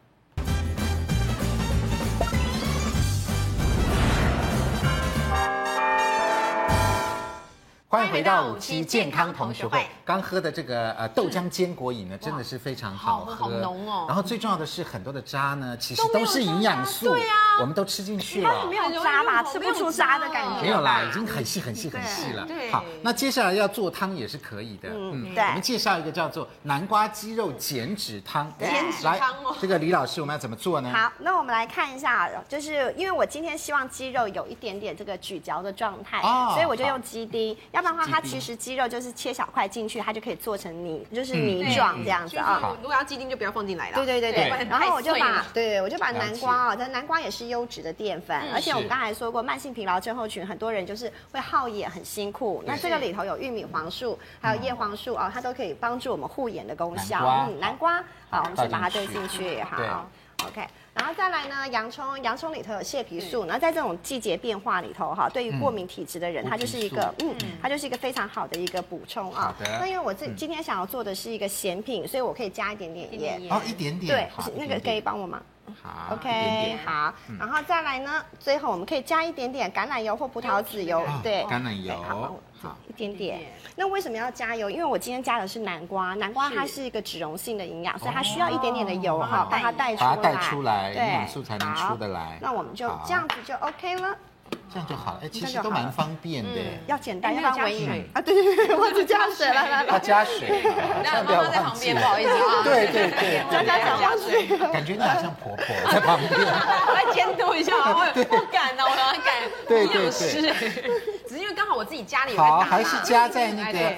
欢迎回到5期健康同学会。刚喝的这个豆浆坚果饮呢，真的是非常好喝， 好浓哦。 然后最重要的是，很多的渣呢，其实都是营养素，对啊，我们都吃进去了。 没有渣吧？吃不出渣的感觉。 没有啦，已经很细了。好，那接下来要做汤也是可以的。对。我们介绍一个叫做南瓜鸡肉减脂汤。 减脂汤哦。 这个李老师，我们要怎么做呢？ 好，那我们来看一下，就是因为我今天希望鸡肉有一点点这个咀嚼的状态，所以我就用鸡丁。要不然的话，它其实鸡肉就是切小块进去，它就可以做成泥状这样子啊。 如果要鸡丁就不要放进来了。 对。然后我就把南瓜这南瓜也是优质的淀粉，而且我们刚才说过，慢性疲劳症候群很多人就是会耗眼很辛苦，那这个里头有玉米黄素还有叶黄素哦，它都可以帮助我们护眼的功效。南瓜，好，我们先把它兑进去，好 ，OK。然后再来呢，洋葱里头有蟹皮素，然后在这种季节变化里头哈，对于过敏体质的人，它就是一个它就是一个非常好的一个补充啊。那因为我今天想要做的是一个咸品，所以我可以加一点点盐。 哦，一点点。 对，那个可以帮我吗？ 好 ，OK， 好。然后再来呢，最后我们可以加一点点橄榄油或葡萄籽油，对， 橄榄油， 好，一点点。那为什么要加油？因为我今天加的是南瓜，南瓜它是一个脂溶性的营养，所以它需要一点点的油哈，把它带出来， 营养素才能出得来。 那我们就这样子就 OK 了。 这样就好了。哎，其实都蛮方便的。 要简单，要不然微水啊，对，我只加水了。 要加水， 那妈妈在旁边，不好意思啊。 对， 加水。 感觉你好像婆婆在旁边。 我来监督一下，我敢啊，我当然敢。 对， 只是因为刚好我自己家里有好，还是加在那个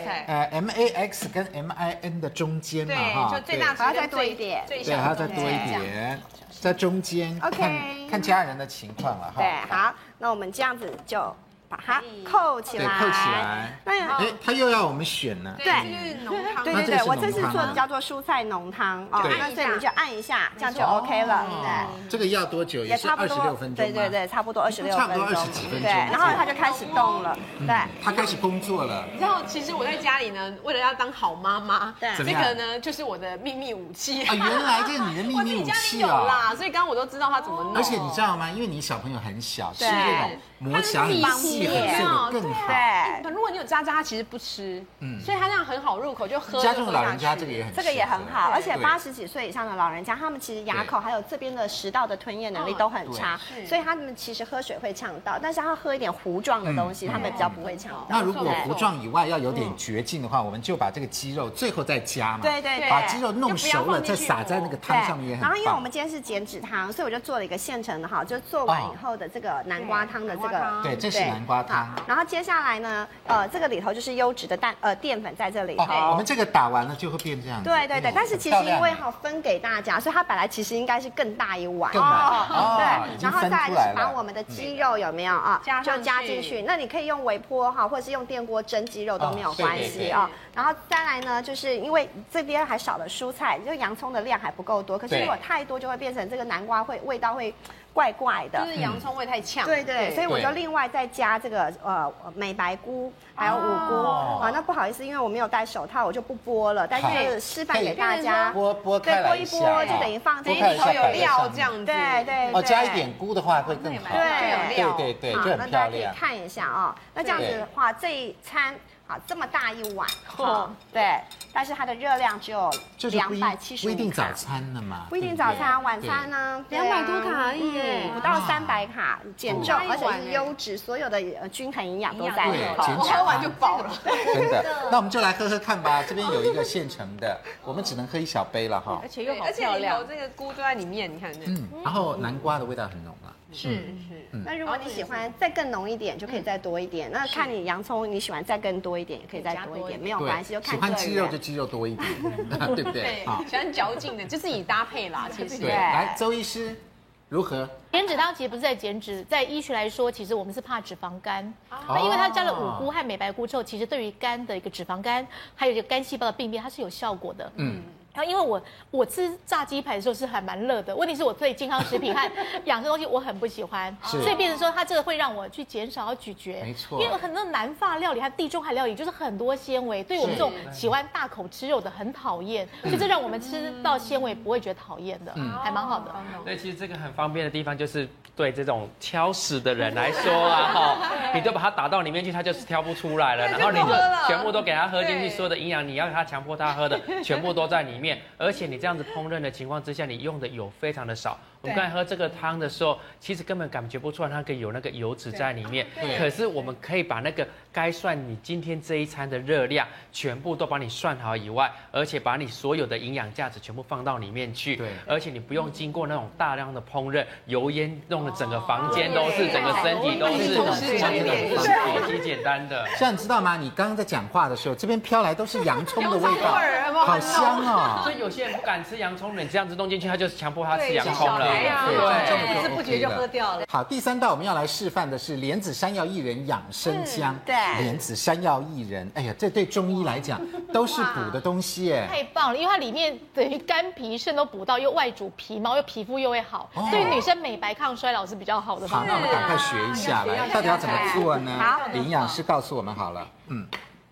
MAX 跟 MIN 的中间嘛哈。 就最大还要再多一点， 对，还要再多一点，在中间。 OK， 看家人的情况了哈。 对，好，那我们这样子就把它扣起来， 对，扣起来。哎，他又要我们选呢。 对， 就是浓汤。 对，我这次做的叫做蔬菜浓汤哦，那所以你就按一下，这样就 OK 了。对， 这个要多久？也是26分钟。 对，差不多26分钟。 差不多20几分钟。 对，然后它就开始动了。对， 他开始工作了。 你知道，其实我在家里呢，为了要当好妈妈， 这个呢就是我的秘密武器啊。原来这是你的秘密武器啊！啦，所以刚刚我都知道它怎么弄。 而且你知道吗？因为你小朋友很小，吃这种磨起来很细很碎的更好。 对，如果你有渣渣，他其实不吃，所以他这样很好入口，就喝。 家中的老人家这个也很， 这个也很好，而且80几岁以上的老人家，他们其实牙口还有这边的食道的吞咽能力都很差，所以他们其实喝水会呛到，但是要喝一点糊状的东西，他们比较不会呛到。 那如果糊状以外要有点绝劲的话，我们就把这个鸡肉最后再加嘛， 对， 把鸡肉弄熟了再撒在那个汤上面也很棒。 然后因为我们今天是减脂汤，所以我就做了一个现成的哈，就做完以后的这个南瓜汤的这个， 对，这是南瓜汤。 然后接下来呢，这个里头就是优质的淀粉在这里头。 我们这个打完了就会变这样子。 对，但是其实因为分给大家，所以它本来其实应该是更大一碗。 更大。 对，然后再来就是把我们的鸡肉有没有啊，就加进去。那你可以用微波哈，或者是用电锅蒸鸡肉都没有关系啊。然后再来呢，就是因为这边还少了蔬菜，就洋葱的量还不够多。可是如果太多，就会变成这个南瓜味道会怪怪的， 就是洋葱味太呛。 对，所以我就另外再加这个美白菇还有五菇啊。那不好意思，因为我没有戴手套，我就不剥了。但是示范给大家， 剥开来一下， 剥就等于放这里头有料这样子。 对。 哦，加一点菇的话会更好。 对， 就很漂亮。 那大家可以看一下啊。那这样子的话，这一餐。好，这么大一碗，对，但是它的热量只有275。 不一定早餐的嘛， 不一定早餐，晚餐呢 200多卡而已， 不到300卡，减重，而且是优质，所有的均衡营养都在里头， 我喝完就饱了。 真的，那我们就来喝喝看吧。这边有一个现成的，我们只能喝1小杯了哈。 而且又好漂亮，这个菇都在里面，你看。 然后南瓜的味道很浓啊。 是。 那如果你喜欢再更浓一点，就可以再多一点。那看你洋葱，你喜欢再更多一点，也可以再多一点，没有关系，就看个人。 喜欢鸡肉就鸡肉多一点，对不对？ 喜欢嚼劲的就自己搭配啦。其实对，来周医师如何？ 减脂汤其实不是在减脂，在医学来说，其实我们是怕脂肪肝。那因为它加了五菇和美白菇之后，其实对于肝的一个脂肪肝，还有一个肝细胞的病变，它是有效果的。然后因为我吃炸鸡排的时候是还蛮热的，问题是我对健康食品和养生东西我很不喜欢，所以变成说它这个会让我去减少咀嚼， 没错。 因为很多南法料理和地中海料理就是很多纤维，对我们这种喜欢大口吃肉的很讨厌，所以这让我们吃到纤维不会觉得讨厌的，还蛮好的。 对，其实这个很方便的地方就是对这种挑食的人来说啊，你就把它打到里面去，它就是挑不出来了，然后你就全部都给它喝进去，所有的营养你要它强迫它喝的全部都在里面。而且你这样子烹饪的情况之下，你用的油非常的少。我们刚才喝这个汤的时候，其实根本感觉不出来它可以有那个油脂在里面。可是我们可以把那个该算你今天这一餐的热量全部都帮你算好以外，而且把你所有的营养价值全部放到里面去。对，而且你不用经过那种大量的烹饪，油烟弄得整个房间都是，整个身体都是，超级简单的。 像你知道吗？你刚刚在讲话的时候，这边飘来都是洋葱的味道，好香哦。 所以有些人不敢吃洋葱的，你这样子弄进去，他就是强迫他吃洋葱了。 对，不知不觉就喝掉了。 好，第3道我们要来示范的是莲子山药薏仁养生姜。 对， 莲子山药薏仁，哎呀，这对中医来讲都是补的东西哎。 太棒了，因为它里面等于肝脾肾都补到，又外主皮毛，又皮肤又会好，对于女生美白抗衰老是比较好的方法。 好，那我们赶快学一下来，到底要怎么做呢？好，营养师告诉我们好了。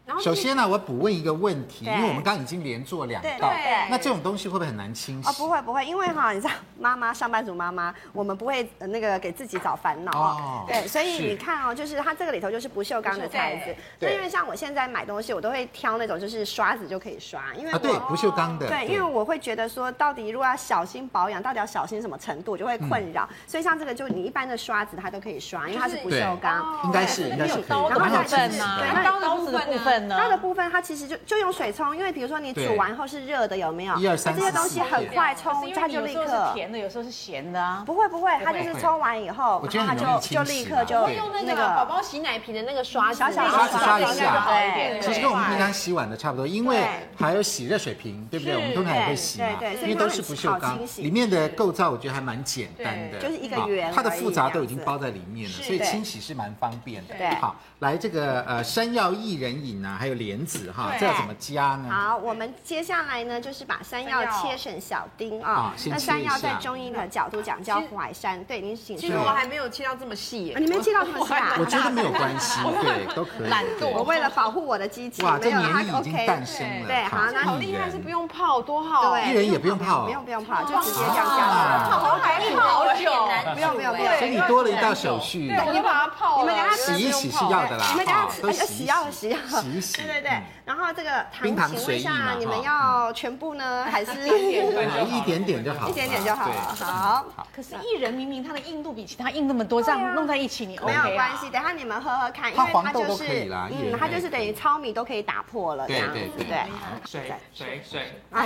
首先呢，我补问一个问题，因为我们刚刚已经连做2道，那这种东西会不会很难清洗？ 不会，因为你知道妈妈上班族妈妈，我们不会那个给自己找烦恼对，所以你看就是它这个里头就是不锈钢的材质，那因为像我现在买东西，我都会挑那种就是刷子就可以刷，因为对不锈钢的， 对，因为我会觉得说到底如果要小心保养，到底要小心什么程度，我就会困扰，所以像这个就你一般的刷子它都可以刷，因为它是不锈钢， 应该是可以， 然后刀的部分呢？ 刀的部分它其实就用水冲，因为比如说你煮完后是热的，有没有 ？1、2、3、4， 这些东西很快冲，它就立刻。 有时候是甜的，有时候是咸的啊。 不会，它就是冲完以后，然后它就立刻就用那个宝宝洗奶瓶的那个刷子， 小刷一下， 对， 其实跟我们平常洗碗的差不多，因为还有洗热水瓶，对不对？我们通常也会洗嘛，因为都是不锈钢，里面的构造我觉得还蛮简单的， 就是一个圆， 它的复杂都已经包在里面了，所以清洗是蛮方便的。 对， 好，来这个山药薏仁饮啊，还有莲子哈，这要怎么加呢？ 好，我们接下来呢就是把山药切成小丁啊，那山药在中医的角度讲叫淮山，对，您请说。 其实我还没有切到这么细耶， 你们切到这么细啊？ 我觉得没有关系，对，都可以。 懒惰， 我为了保护我的机器， 哇，这黏液已经诞生了。 对，好，那好厉害，是不用泡，多好。 对， 薏仁也不用泡， 不用泡，就直接这样下。 泡还好久， 不用。 所以你多了一道手续。 你把它泡， 你们给它洗一洗是要的啦， 你们给它洗一洗。 对。然后这个糖请问一下，你们要全部呢，还是一点点就好？ 一点点就好了。好。 可是薏仁明明它的硬度比其他硬那么多，这样弄在一起你 OK 没有关系，等下你们喝喝看，因为它就是它就是等于糙米都可以打破了这样子，对。 水啊，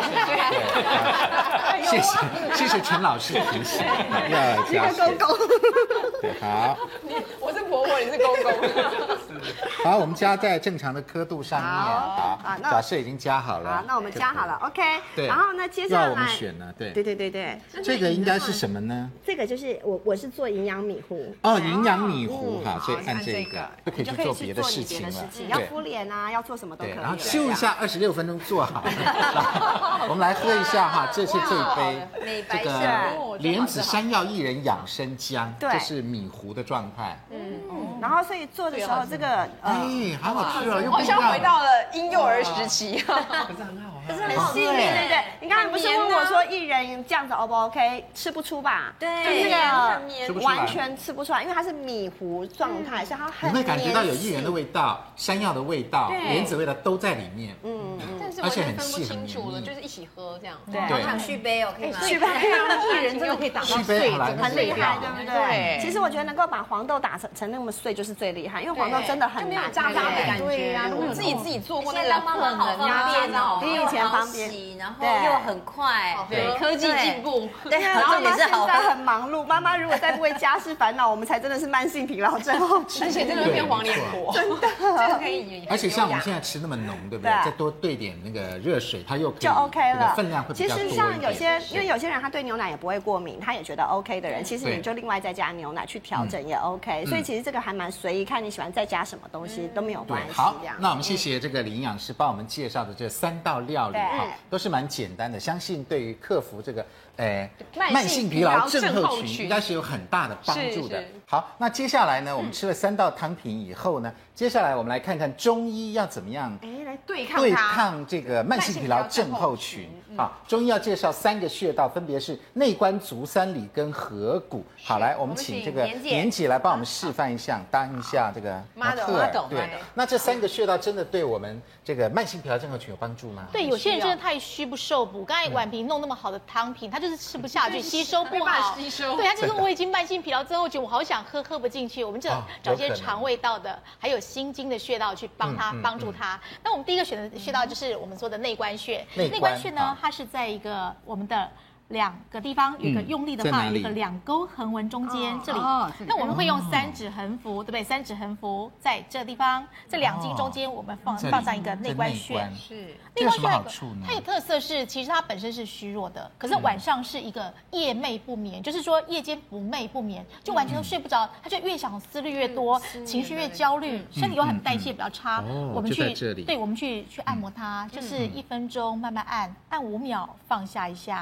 谢谢陈老师提醒，要加水。对，好。 我是婆婆，你是公公。 好，我们加在正常的刻度上面。好，假设已经加好了。 好，那我们加好了 ，OK。 对。 然后呢，接下来要我们选呢，对。 这个应该是什么呢？ 这个就是我是做营养米糊。 哦，营养米糊哈，所以按这个就可以去做别的事情了。 要敷脸啊，要做什么都可以。 然后咻一下，26分钟做好。我们来喝一下哈，这是这一杯这个莲子山药薏仁养生姜，这是米糊的状态。 然后所以做的时候，这个好好吃哦， 好像回到了婴幼儿时期， 可是很好， 可是很细腻，对。你刚才不是问我说薏仁这样子 O 不 OK？ 吃不出吧？ 对， 就是那个完全吃不出来，因为它是米糊状态，所以它很。 你会感觉到有薏仁的味道、山药的味道、莲子味道都在里面。 但是我就分不清楚了，就是一起喝这样。 对，想续杯哦，可以吗？ 续杯， 薏仁真的可以打到碎， 很厉害，对不对？其实我觉得能够把黄豆打成那么碎就是最厉害，因为黄豆真的很难渣渣的感觉。对呀，我自己做过那个妈妈好方便哦， 比以前方便， 然后又很快， 对，科技进步。 对， 然后妈妈现在很忙碌，妈妈如果再不为家事烦恼，我们才真的是慢性疲劳症候群， 而且真的会变黄脸婆， 真的。 这个可以， 而且像我们现在吃那么浓，对不对？再多兑点那个热水，它又就 OK 了， 分量会比较多。 其实像有些，因为有些人他对牛奶也不会过敏，他也觉得 OK 的人，其实你就另外再加牛奶去调整也 OK。所以其实这个还蛮随意，看你喜欢再加什么东西都没有关系。 好，那我们谢谢这个李营养师帮我们介绍的这3道料理哈，都是蛮简单的，相信对于克服这个慢性疲劳症候群应该是有很大的帮助的。好，那接下来呢，我们吃了3道汤品以后呢，接下来我们来看看中医要怎么样来对抗这个慢性疲劳症候群。好，中医要介绍3个穴道，分别是内关、足三里跟合谷。好，来，我们请这个年姐来帮我们示范一下，当一下这个模特儿。对，那这3个穴道真的对我们这个慢性疲劳症候群有帮助吗？ 对，有些人真的太虚不受补。刚才婉萍弄那么好的汤品，他就是吃不下去，吸收不好。对，他就是我已经慢性疲劳症候群，我好想喝不进去。我们就找些肠胃道的，还有心经的穴道去帮助他。那我们第一个选的穴道就是我们说的内关穴。内关穴呢，它是在一个我们的2个地方，有一个用力的话，有一个2沟横纹中间这里。那我们会用3指横幅，对不对？3指横幅在这地方，这2筋中间我们放上一个内关穴。 是内关穴它有特色是，其实它本身是虚弱的，可是晚上是一个夜寐不眠，就是说夜间不寐不眠，就完全都睡不着，他就越想思虑越多，情绪越焦虑，身体又很代谢比较差。我们去按摩它，就是1分钟慢慢按5秒放下一下。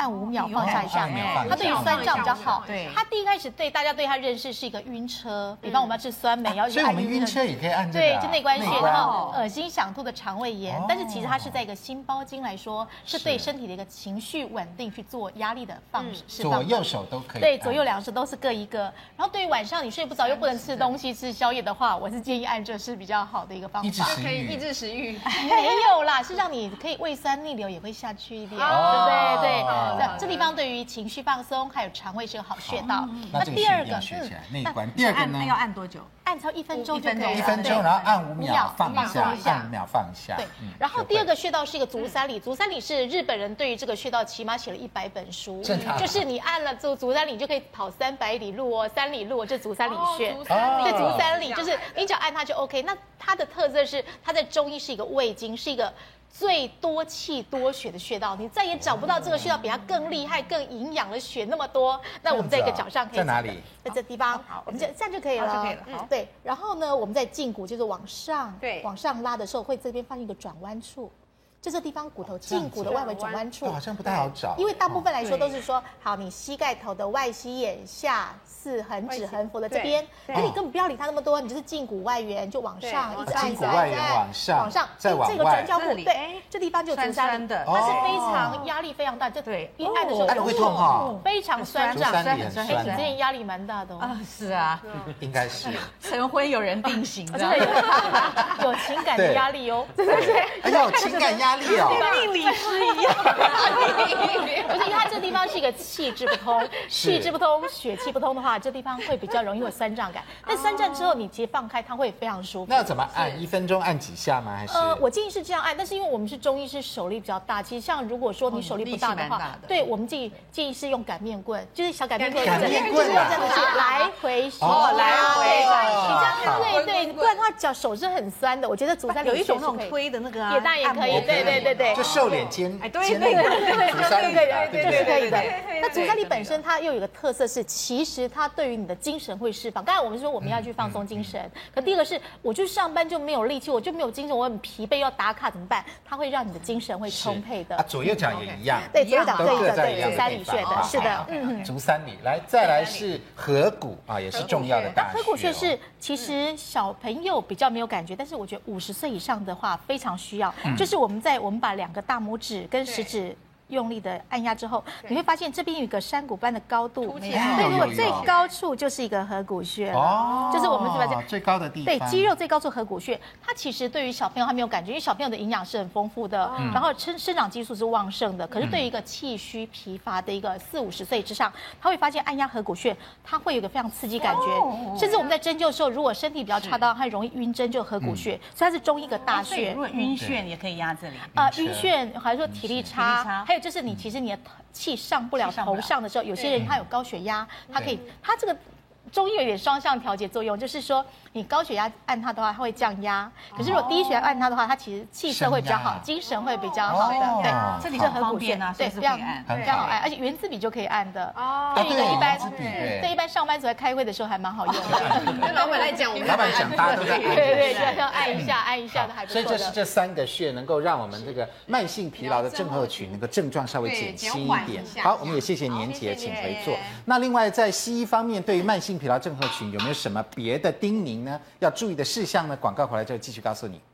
按5秒放下一下，它对于酸胀比较好。 对， 它第一开始大家对它认识是一个晕车，比方我们要吃酸梅， 所以我们晕车也可以按这个。 对，就内关穴，然后恶心想吐的肠胃炎，但是其实它是在一个心包经来说，是对身体的一个情绪稳定去做压力的释放。 左右手都可以。 对，左右2手都是各一个。然后对于晚上你睡不着又不能吃东西、吃宵夜的话，我是建议按这是比较好的一个方法， 可以抑制食欲。 没有啦，是让你可以胃酸逆流也会下去一点，对不对？对，这地方对于情绪放松还有肠胃是个好穴道。 那第二个内关，第二个呢要按多久？ 按超1分钟就可以了。 1分钟，然后按5秒放一下，按5秒放一下。 对，然后第二个穴道是一个足三里，足三里是日本人对于这个穴道起码写了100本书，就是你按了足三里，你就可以跑300里路哦，3里路哦，这足三里穴。对，足三里就是你只要按它就 OK。那它的特色是，它在中医是一个胃经，是一个最多气多血的穴道，你再也找不到这个穴道比它更厉害、更营养的血那么多。那我们在一个脚上可以在哪里？ 在这地方，我们这样就可以了。好，对。然后呢，我们在胫骨就是往上，往上拉的时候，会这边放一个转弯处。就这地方骨头胫骨的外围转弯处， 好像不太好找， 因为大部分来说都是说，好，你膝盖头的外膝眼下4横指横幅的这边，那你根本不要理它那么多，你就是胫骨外缘就往上， 胫骨外缘往上， 再往外，这个转角骨， 对， 这地方就足三里，它是非常压力非常大，就一按的时候按的会痛哈， 非常酸胀， 很酸， 你之前压力蛮大的啊，是啊， 应该是晨昏有人定型， 有情感的压力哦，对对对， 哎呦，情感压力哦。 命理师一样， 不是，因为它这地方是一个气滞不通，气滞不通，血气不通的话，这地方会比较容易有酸胀感。但酸胀之后，你其实放开，它会非常舒服。 那要怎么按？1分钟按几下吗？还是？ 我建议是这样按，但是因为我们是中医师，手力比较大。其实像如果说你手力不大的话，对我们建议是用擀面棍，就是小擀面棍， 擀面棍这样子来回使， 来回， 你这样对，不然的话脚手是很酸的。我觉得足三里有一种那种推的那个也当然也可以，对。 就瘦脸肩， 对， 足三里是可以的。那足三里本身它又有一个特色是，其实它对于你的精神会释放。刚才我们说我们要去放松精神，可第二个是，我就上班就没有力气，我就没有精神，我很疲惫，要打卡怎么办？它会让你的精神会充沛的。 左右脚也一样， 对，左右脚各一个， 对， 足三里穴的，是的， 足三里。来，再来是合谷啊，也是重要的大穴。 合谷穴是其实小朋友比较没有感觉，但是我觉得50岁以上的话非常需要，就是我们把2个大拇指跟食指用力的按压之后，你会发现这边有一个山谷般的高度，对，如果最高处就是一个合谷穴了，就是我们最高的地方， 对，肌肉最高处合谷穴，它其实对于小朋友他没有感觉，因为小朋友的营养是很丰富的，然后生长激素是旺盛的，可是对于一个气虚疲乏的一个40-50岁之上，他会发现按压合谷穴，它会有一个非常刺激感觉，甚至我们在针灸的时候，如果身体比较差到它容易晕针，就合谷穴，所以它是中医一个大穴。 如果晕眩也可以压这里， 晕眩还是说体力差，还有就是其实你的气上不了头上的时候，有些人他有高血压，他这个中医有点双向调节作用，就是说你高血压按它的话，它会降压；可是如果低血压按它的话，它其实气色会比较好，精神会比较好的。对， 这里很方便啊，对， 非常好按，而且圆珠笔就可以按的。对，一般上班族在开会的时候还蛮好用的。 跟老板来讲， 老板讲大家都在按， 对，这样按一下的还不错的。 所以这是这3个穴能够让我们这个慢性疲劳的症候群能够症状稍微减轻一点。好，我们也谢谢年姐，请回座。那另外在西医方面，对于慢性疲劳症候群有没有什么别的叮咛呢？要注意的事项呢？广告回来就继续告诉你。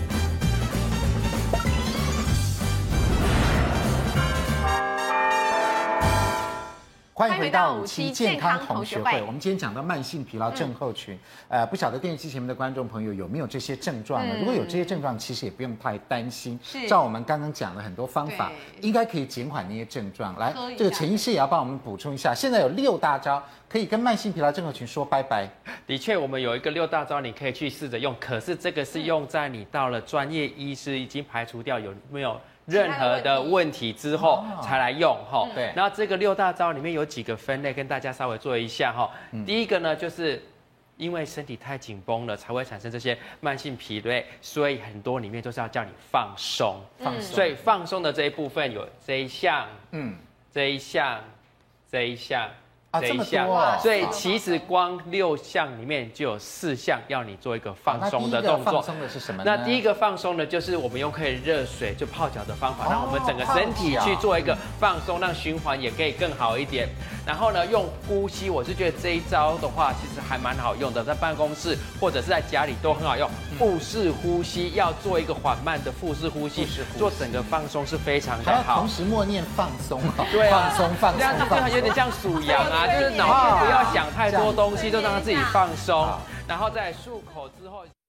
欢迎回到57健康同学会。我们今天讲到慢性疲劳症候群，不晓得电视机前面的观众朋友有没有这些症状呢？如果有这些症状，其实也不用太担心。照我们刚刚讲了很多方法，应该可以减缓那些症状。来，这个陈医师也要帮我们补充一下，现在有6大招可以跟慢性疲劳症候群说拜拜。 的确，我们有一个6大招，你可以去试着用。可是这个是用在你到了专业医师已经排除掉有没有任何的问题之后才来用哈。 对。 然后这个6大招里面有几个分类，跟大家稍微做一下哈。第一个呢，就是因为身体太紧绷了，才会产生这些慢性疲累，所以很多里面都是要叫你放松。所以放松的这一部分有这一项，这一项， 啊，这么项多啊， 所以其实光6项里面就有4项要你做一个放松的动作。 放松的是什么呢？ 那第一个放松的就是我们用可以热水就泡脚的方法，让我们整个身体去做一个放松，让循环也可以更好一点。然后呢，用呼吸，我是觉得这一招的话，其实还蛮好用的，在办公室或者是在家里都很好用。腹式呼吸要做一个缓慢的腹式呼吸，做整个放松是非常的好。 还要同时默念放松哈， 对啊， 放松， 这样子就有点像数羊啊，就是脑子不要想太多东西，就让它自己放松，然后再漱口之后。